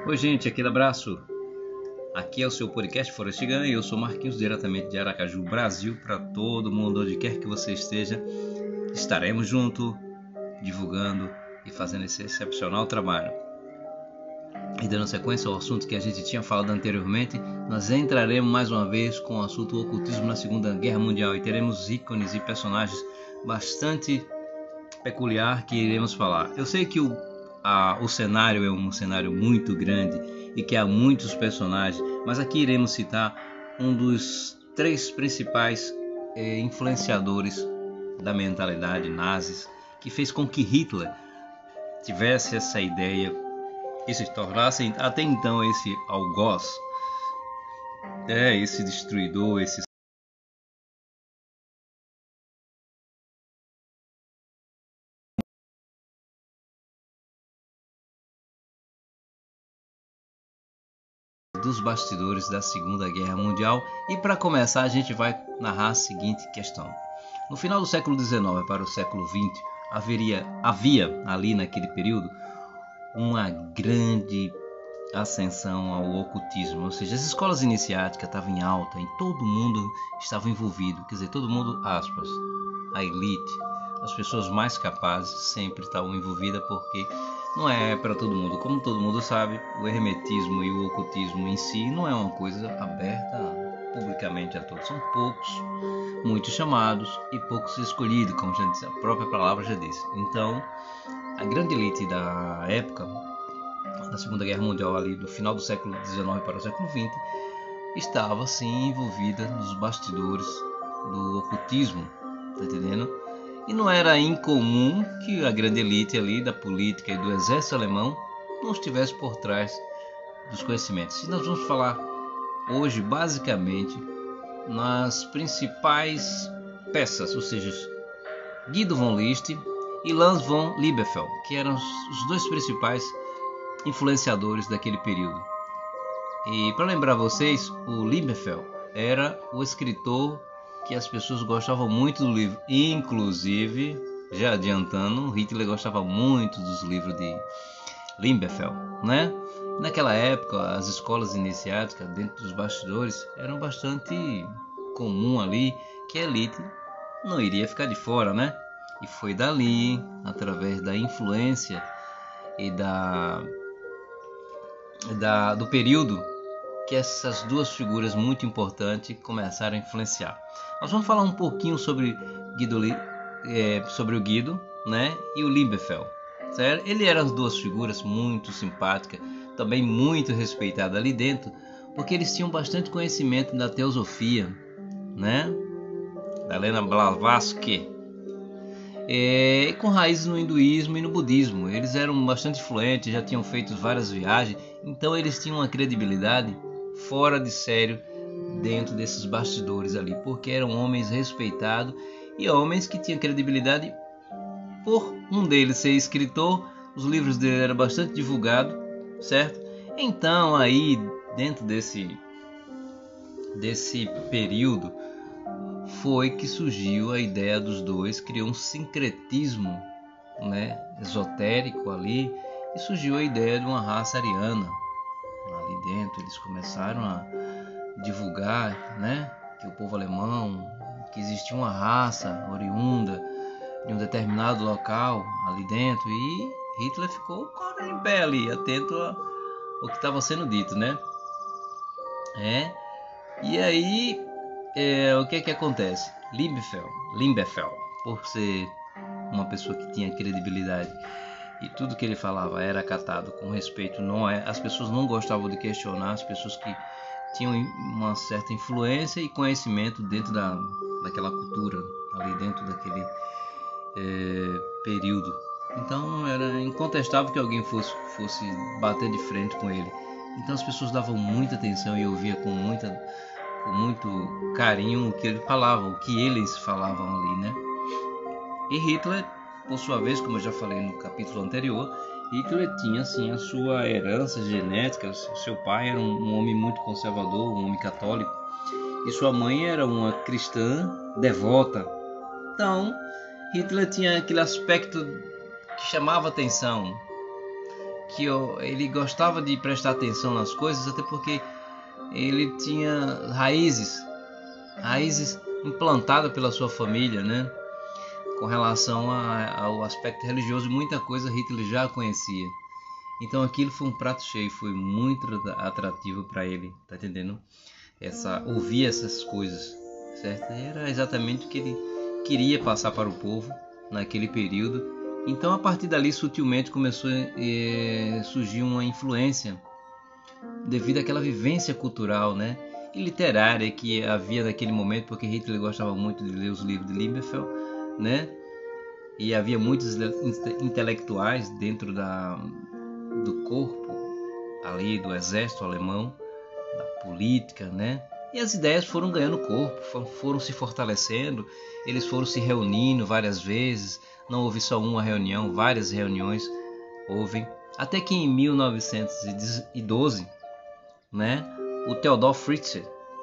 Oi gente, aquele abraço. Aqui é o seu podcast Forrest Gump e eu sou Marquinhos, diretamente de Aracaju, Brasil, para todo mundo, onde quer que você esteja. Estaremos juntos, divulgando e fazendo esse excepcional trabalho. E dando sequência ao assunto que a gente tinha falado anteriormente, nós entraremos mais uma vez com o assunto ocultismo na Segunda Guerra Mundial e teremos ícones e personagens bastante peculiar que iremos falar. Eu sei que o cenário é um cenário muito grande e que há muitos personagens, mas aqui iremos citar um dos 3 principais influenciadores da mentalidade nazis, que fez com que Hitler tivesse essa ideia e se tornasse até então esse algoz, esse destruidor, esse dos bastidores da Segunda Guerra Mundial. E para começar, a gente vai narrar a seguinte questão. No final do século XIX para o século XX, havia ali naquele período uma grande ascensão ao ocultismo, ou seja, as escolas iniciáticas estavam em alta e todo mundo estava envolvido, quer dizer, todo mundo, aspas, a elite, as pessoas mais capazes sempre estavam envolvidas, porque não é para todo mundo. Como todo mundo sabe, o hermetismo e o ocultismo em si não é uma coisa aberta publicamente a todos. São poucos, muitos chamados e poucos escolhidos, como já disse, a própria palavra já disse. Então, a grande elite da época, da Segunda Guerra Mundial, ali do final do século XIX para o século XX, estava sim envolvida nos bastidores do ocultismo, tá entendendo? E não era incomum que a grande elite ali da política e do exército alemão não estivesse por trás dos conhecimentos. E nós vamos falar hoje basicamente nas principais peças, ou seja, Guido von List e Hans von Liebefeld, que eram os 2 principais influenciadores daquele período. E para lembrar vocês, o Liebefeld era o escritor que as pessoas gostavam muito do livro, inclusive, já adiantando, Hitler gostava muito dos livros de Liebefeld, né? Naquela época, as escolas iniciáticas dentro dos bastidores eram bastante comum ali, que a elite não iria ficar de fora, né? E foi dali, através da influência e do período, que essas 2 figuras muito importantes começaram a influenciar. Nós vamos falar um pouquinho sobre o Guido, né, e o Liebefeld. Certo? Ele eram as 2 figuras muito simpáticas, também muito respeitadas ali dentro, porque eles tinham bastante conhecimento da teosofia, né, da Helena Blavatsky, com raízes no hinduísmo e no budismo. Eles eram bastante influentes, já tinham feito várias viagens, então eles tinham uma credibilidade fora de sério dentro desses bastidores ali, porque eram homens respeitados e homens que tinham credibilidade por um deles ser escritor. Os livros dele eram bastante divulgados, certo? Então aí dentro desse período foi que surgiu a ideia dos 2, criou um sincretismo, né, esotérico ali, e surgiu a ideia de uma raça ariana. Ali dentro eles começaram a divulgar, né, que o povo alemão, que existia uma raça oriunda de um determinado local ali dentro, e Hitler ficou com em pé ali, atento ao que estava sendo dito, né? E aí o que acontece? Liebefeld, por ser uma pessoa que tinha credibilidade e tudo que ele falava era acatado com respeito, as pessoas não gostavam de questionar, as pessoas que tinham uma certa influência e conhecimento dentro daquela cultura, ali dentro daquele período. Então era incontestável que alguém fosse bater de frente com ele. Então as pessoas davam muita atenção e ouviam com muito carinho o que ele falava, o que eles falavam ali, né? E Hitler, por sua vez, como eu já falei no capítulo anterior, Hitler tinha assim a sua herança genética. Seu pai era um homem muito conservador, um homem católico, e sua mãe era uma cristã devota. Então Hitler tinha aquele aspecto que chamava atenção. ele gostava de prestar atenção nas coisas, até porque ele tinha raízes implantadas pela sua família, né? Com relação ao aspecto religioso, muita coisa Hitler já conhecia. Então aquilo foi um prato cheio, foi muito atrativo para ele, tá entendendo? Ouvir essas coisas, certo? Era exatamente o que ele queria passar para o povo naquele período. Então a partir dali sutilmente começou a surgir uma influência devido àquela vivência cultural, né, e literária que havia naquele momento, porque Hitler gostava muito de ler os livros de Liebenfeld, né, e havia muitos intelectuais dentro do corpo ali do exército alemão, da política, né, e as ideias foram ganhando corpo, foram se fortalecendo, eles foram se reunindo várias vezes, não houve só uma reunião, várias reuniões houve, até que em 1912, né, o Theodor Fritz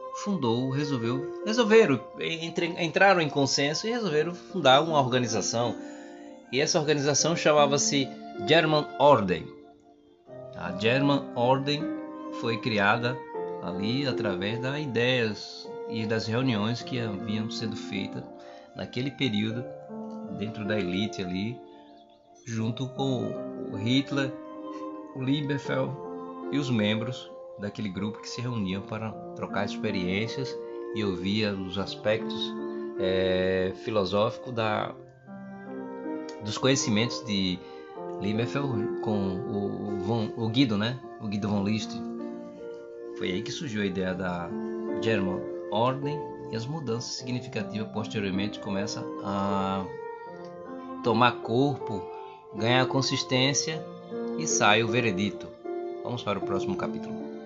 entraram em consenso e resolveram fundar uma organização. E essa organização chamava-se German Orden. A German Orden foi criada ali através das ideias e das reuniões que haviam sido feitas naquele período dentro da elite ali, junto com o Hitler, o Liebenfeld e os membros daquele grupo que se reuniam para trocar experiências e ouvir os aspectos filosóficos dos conhecimentos de Liebenfeld com o Guido, né? O Guido von List. Foi aí que surgiu a ideia da German Orden e as mudanças significativas posteriormente começam a tomar corpo, ganhar consistência e sai o veredito. Vamos para o próximo capítulo.